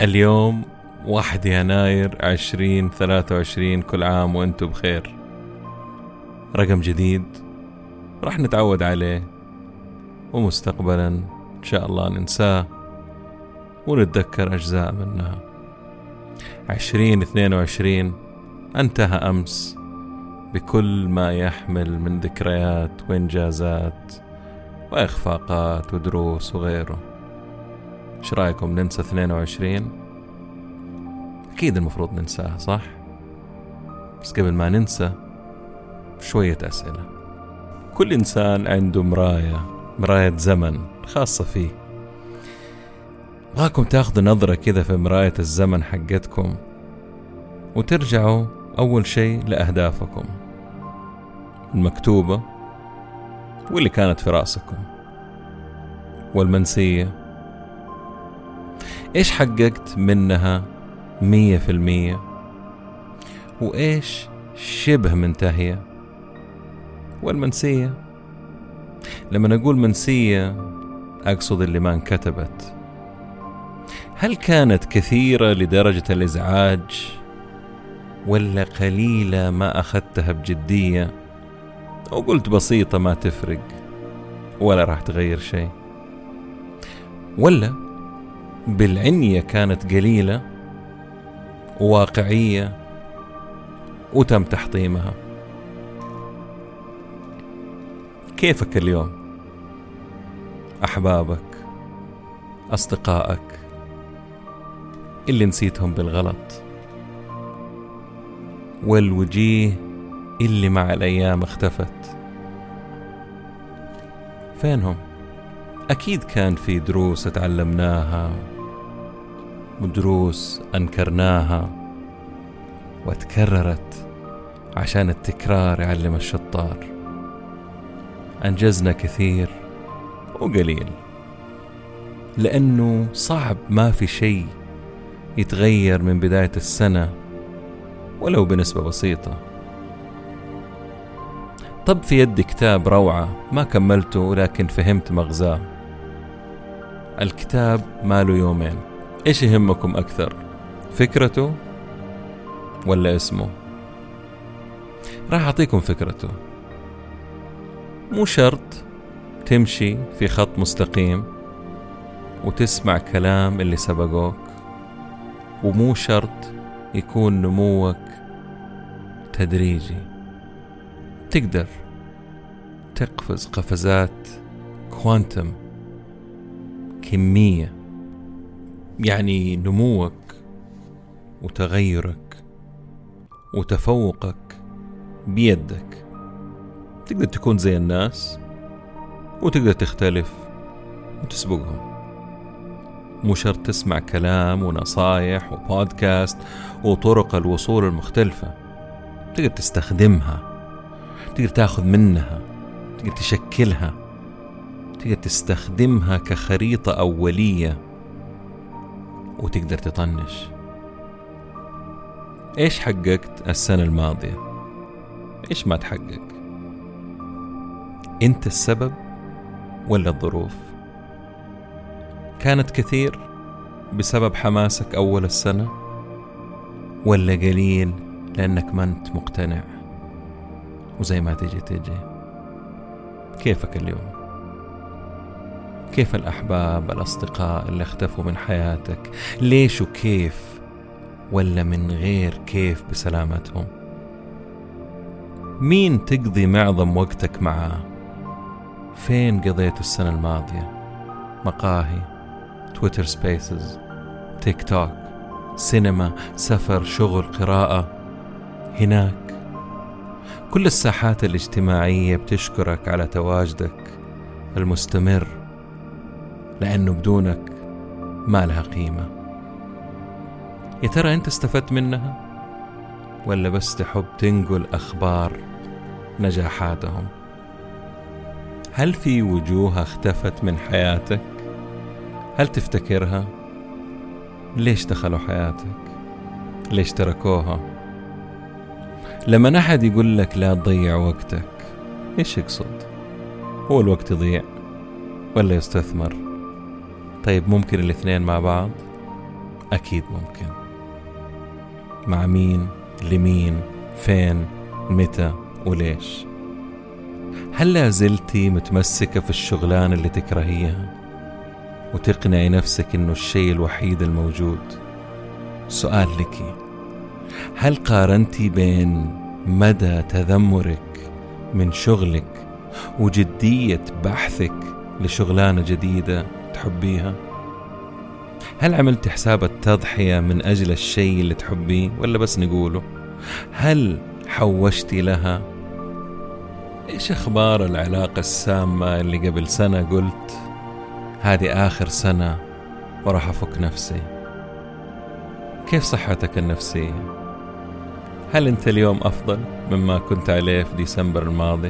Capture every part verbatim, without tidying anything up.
اليوم واحد يناير عشرين ثلاثة وعشرين، كل عام وانتم بخير. رقم جديد راح نتعود عليه، ومستقبلا إن شاء الله ننساه ونتذكر أجزاء منها. عشرين اثنين وعشرين انتهى أمس بكل ما يحمل من ذكريات وإنجازات وإخفاقات ودروس وغيره. ايش رايكم ننسى اثنين وعشرين؟ أكيد المفروض ننساها، صح؟ بس قبل ما ننسى شوية أسئلة. كل إنسان عنده مراية مراية زمن خاصة فيه. أبغاكم تاخذوا نظرة كذا في مراية الزمن حقتكم، وترجعوا أول شيء لأهدافكم المكتوبة واللي كانت في رأسكم والمنسية. إيش حققت منها مية في المية، وإيش شبه منتهية؟ والمنسية، لما نقول منسية أقصد اللي ما انكتبت. هل كانت كثيرة لدرجة الإزعاج، ولا قليلة ما أخذتها بجدية، أو قلت بسيطة ما تفرق ولا راح تغير شيء؟ ولا بالعنية كانت قليلة وواقعية وتم تحطيمها؟ كيفك اليوم؟ أحبابك، أصدقائك اللي نسيتهم بالغلط، والوجيه اللي مع الأيام اختفت، فينهم؟ أكيد كان في دروس تعلمناها ودروس أنكرناها وتكررت عشان التكرار يعلم الشطار. أنجزنا كثير وقليل، لأنه صعب ما في شيء يتغير من بداية السنة ولو بنسبة بسيطة. طب في يدي كتاب روعة ما كملته لكن فهمت مغزاه. الكتاب ماله يومين، إيش يهمكم أكثر، فكرته ولا اسمه؟ راح أعطيكم فكرته. مو شرط تمشي في خط مستقيم وتسمع كلام اللي سبقوك، ومو شرط يكون نموك تدريجي. تقدر تقفز قفزات كوانتم، كمية، يعني نموك وتغيرك وتفوقك بيدك. تقدر تكون زي الناس، وتقدر تختلف وتسبقهم. مو شرط تسمع كلام ونصايح وبودكاست وطرق الوصول المختلفة. تقدر تستخدمها، تقدر تاخذ منها، تقدر تشكلها، تقدر تستخدمها كخريطة أولية، وتقدر تطنش. إيش حققت السنة الماضية؟ إيش ما تحقق؟ أنت السبب ولا الظروف؟ كانت كثير بسبب حماسك أول السنة، ولا قليل لأنك ما أنت مقتنع وزي ما تجي تجي؟ كيفك اليوم؟ كيف الأحباب الأصدقاء اللي اختفوا من حياتك؟ ليش وكيف؟ ولا من غير كيف بسلامتهم؟ مين تقضي معظم وقتك معاه؟ فين قضيت السنة الماضية؟ مقاهي، تويتر سبيسز، تيك توك، سينما، سفر، شغل، قراءة. هناك كل الساحات الاجتماعية بتشكرك على تواجدك المستمر، لأنه بدونك ما لها قيمة. يا ترى أنت استفدت منها، ولا بس تحب تنقل أخبار نجاحاتهم؟ هل في وجوه اختفت من حياتك؟ هل تفتكرها؟ ليش دخلوا حياتك؟ ليش تركوها؟ لما أحد يقول لك لا تضيع وقتك، إيش يقصد؟ هو الوقت يضيع ولا يستثمر؟ طيب ممكن الاثنين مع بعض؟ أكيد ممكن. مع مين؟ لمين؟ فين؟ متى؟ وليش؟ هل لا زلتي متمسكة في الشغلانة اللي تكرهيها وتقنعي نفسك إنه الشيء الوحيد الموجود؟ سؤال لك، هل قارنتي بين مدى تذمرك من شغلك وجدية بحثك لشغلانة جديدة تحبيها؟ هل عملت حساب التضحية من أجل الشيء اللي تحبيه ولا بس نقوله؟ هل حوشتي لها؟ إيش أخبار العلاقة السامة اللي قبل سنة قلت هذه آخر سنة وراح أفك نفسي؟ كيف صحتك النفسية؟ هل أنت اليوم أفضل مما كنت عليه في ديسمبر الماضي؟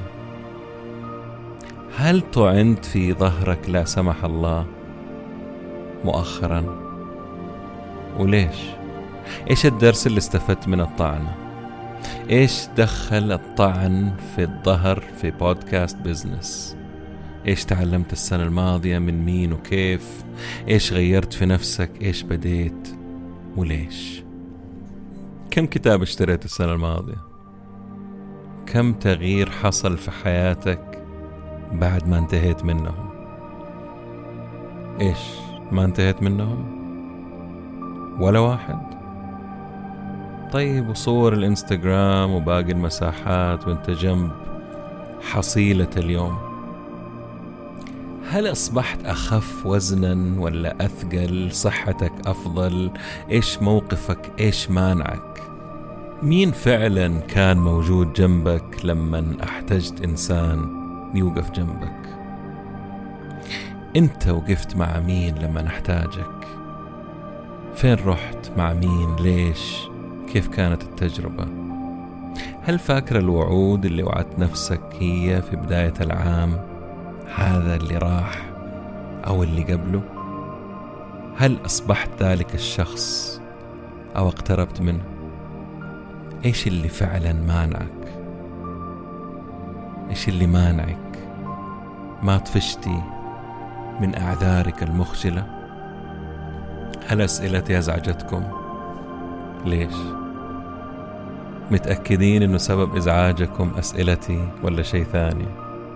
هل طعنت في ظهرك لا سمح الله مؤخرا؟ وليش؟ إيش الدرس اللي استفدت من الطعنة؟ إيش دخل الطعن في الظهر في بودكاست بيزنس؟ إيش تعلمت السنة الماضية من مين وكيف؟ إيش غيرت في نفسك؟ إيش بديت؟ وليش؟ كم كتاب اشتريت السنة الماضية؟ كم تغيير حصل في حياتك بعد ما انتهيت منهم؟ إيش ما انتهيت منهم؟ ولا واحد؟ طيب وصور الانستغرام وباقي المساحات وانت جنب حصيلة اليوم، هل أصبحت أخف وزنا ولا أثقل؟ صحتك أفضل؟ إيش موقفك؟ إيش مانعك؟ مين فعلا كان موجود جنبك لما احتجت إنسان يوقف جنبك؟ أنت وقفت مع مين لما نحتاجك؟ فين رحت؟ مع مين؟ ليش؟ كيف كانت التجربة؟ هل فاكر الوعود اللي وعدت نفسك هي في بداية العام هذا اللي راح أو اللي قبله؟ هل أصبحت ذلك الشخص أو اقتربت منه؟ إيش اللي فعلا مانعك؟ إيش اللي مانعك ما طفشتي من أعذارك المخجلة؟ هل أسئلتي أزعجتكم؟ ليش؟ متأكدين إنه سبب إزعاجكم أسئلتي ولا شيء ثاني؟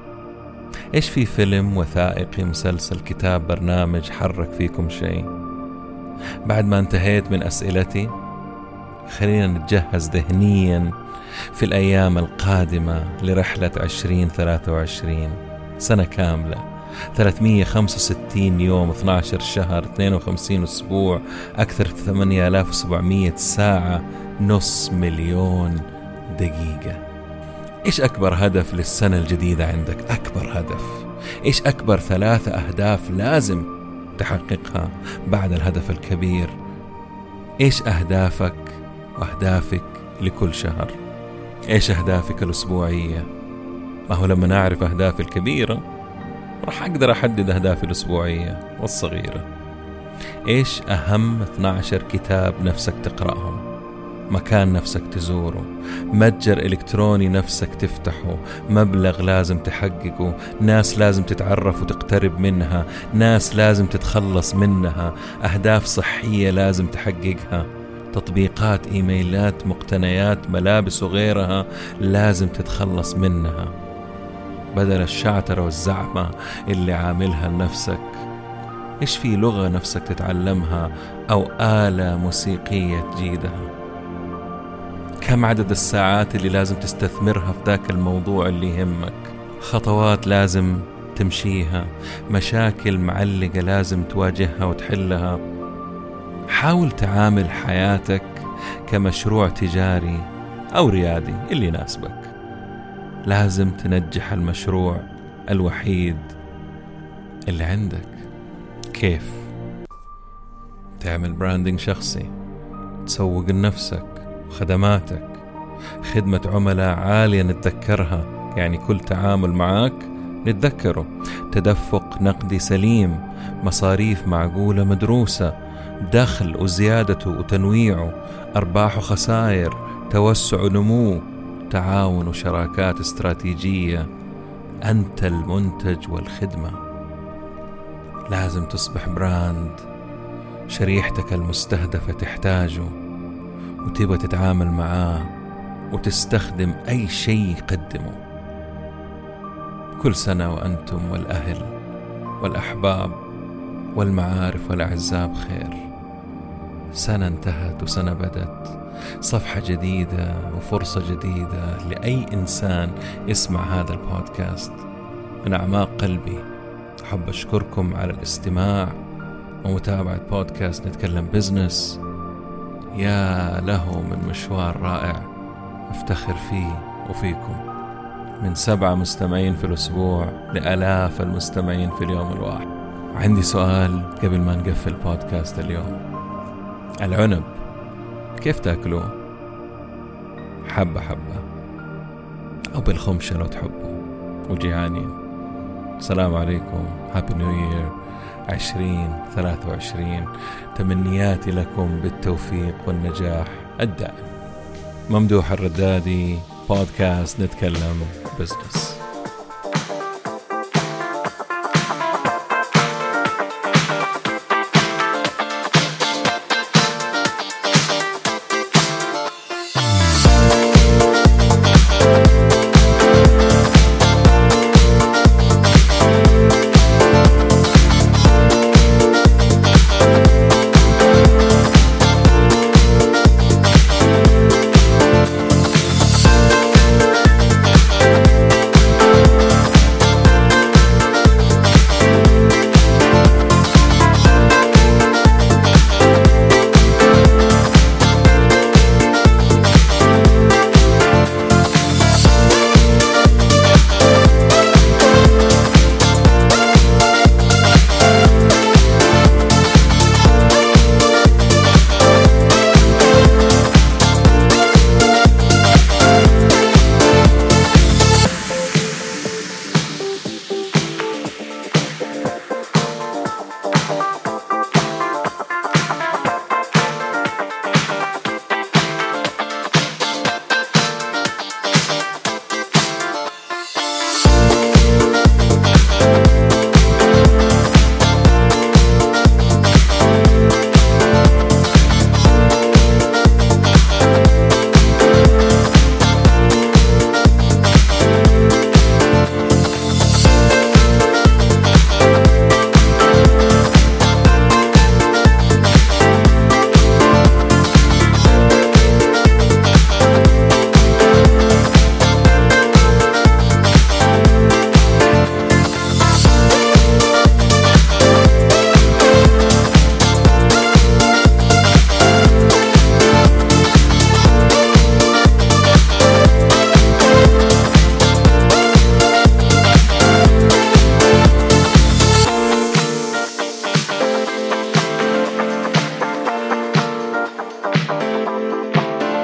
إيش في فيلم وثائقي مسلسل كتاب برنامج حرك فيكم شيء؟ بعد ما انتهيت من أسئلتي خلينا نتجهز ذهنيا في الأيام القادمة لرحلة عشرين ثلاثة وعشرين، سنة كاملة، ثلاثمية وخمسة وستين يوم، اثنا عشر شهر، اثنين وخمسين أسبوع، أكثر في ثمانية آلاف وسبعمية ساعة، نص مليون دقيقة. إيش أكبر هدف للسنة الجديدة عندك؟ أكبر هدف؟ إيش أكبر ثلاثة أهداف لازم تحققها بعد الهدف الكبير؟ إيش أهدافك وأهدافك لكل شهر؟ إيش أهدافك الأسبوعية؟ ما هو لما نعرف أهدافي الكبيرة راح أقدر أحدد أهدافي الأسبوعية والصغيرة. إيش أهم اثنا عشر كتاب نفسك تقرأهم؟ مكان نفسك تزوره؟ متجر إلكتروني نفسك تفتحه؟ مبلغ لازم تحققه؟ ناس لازم تتعرف وتقترب منها؟ ناس لازم تتخلص منها؟ أهداف صحية لازم تحققها؟ تطبيقات، إيميلات، مقتنيات، ملابس وغيرها لازم تتخلص منها بدل الشعترة والزعمة اللي عاملها لنفسك. إيش في لغة نفسك تتعلمها أو آلة موسيقية تجيدها؟ كم عدد الساعات اللي لازم تستثمرها في ذاك الموضوع اللي يهمك؟ خطوات لازم تمشيها، مشاكل معلقة لازم تواجهها وتحلها. حاول تعامل حياتك كمشروع تجاري أو ريادي اللي يناسبك. لازم تنجح المشروع الوحيد اللي عندك. كيف؟ تعمل براندنج شخصي، تسوق لنفسك وخدماتك، خدمة عملاء عالية نتذكرها، يعني كل تعامل معاك نتذكره، تدفق نقدي سليم، مصاريف معقولة مدروسة، دخل وزيادته وتنويعه، أرباح وخسائر، توسع ونمو، تعاون وشراكات استراتيجية. أنت المنتج والخدمة. لازم تصبح براند شريحتك المستهدفة تحتاجه وتبغى تتعامل معاه وتستخدم أي شيء يقدمه. كل سنة وأنتم والأهل والأحباب والمعارف والأعزاب بخير. سنة انتهت وسنة بدت، صفحة جديدة وفرصة جديدة لأي إنسان يسمع هذا البودكاست. من أعماق قلبي أحب أشكركم على الاستماع ومتابعة بودكاست نتكلم بزنس. يا له من مشوار رائع أفتخر فيه وفيكم، من سبعة مستمعين في الأسبوع لآلاف المستمعين في اليوم الواحد. عندي سؤال قبل ما نقفل بودكاست اليوم. العنب كيف تأكلوه؟ حبة حبة أو بالخمشة لو تحبوا وجيعانين؟ السلام عليكم، هابي نيو يير عشرين ثلاثة وعشرين. تمنياتي لكم بالتوفيق والنجاح الدائم. ممدوح الردادي، بودكاست نتكلم بزنس.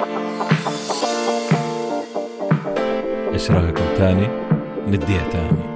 إيش رأيكم تاني؟ نديها تاني.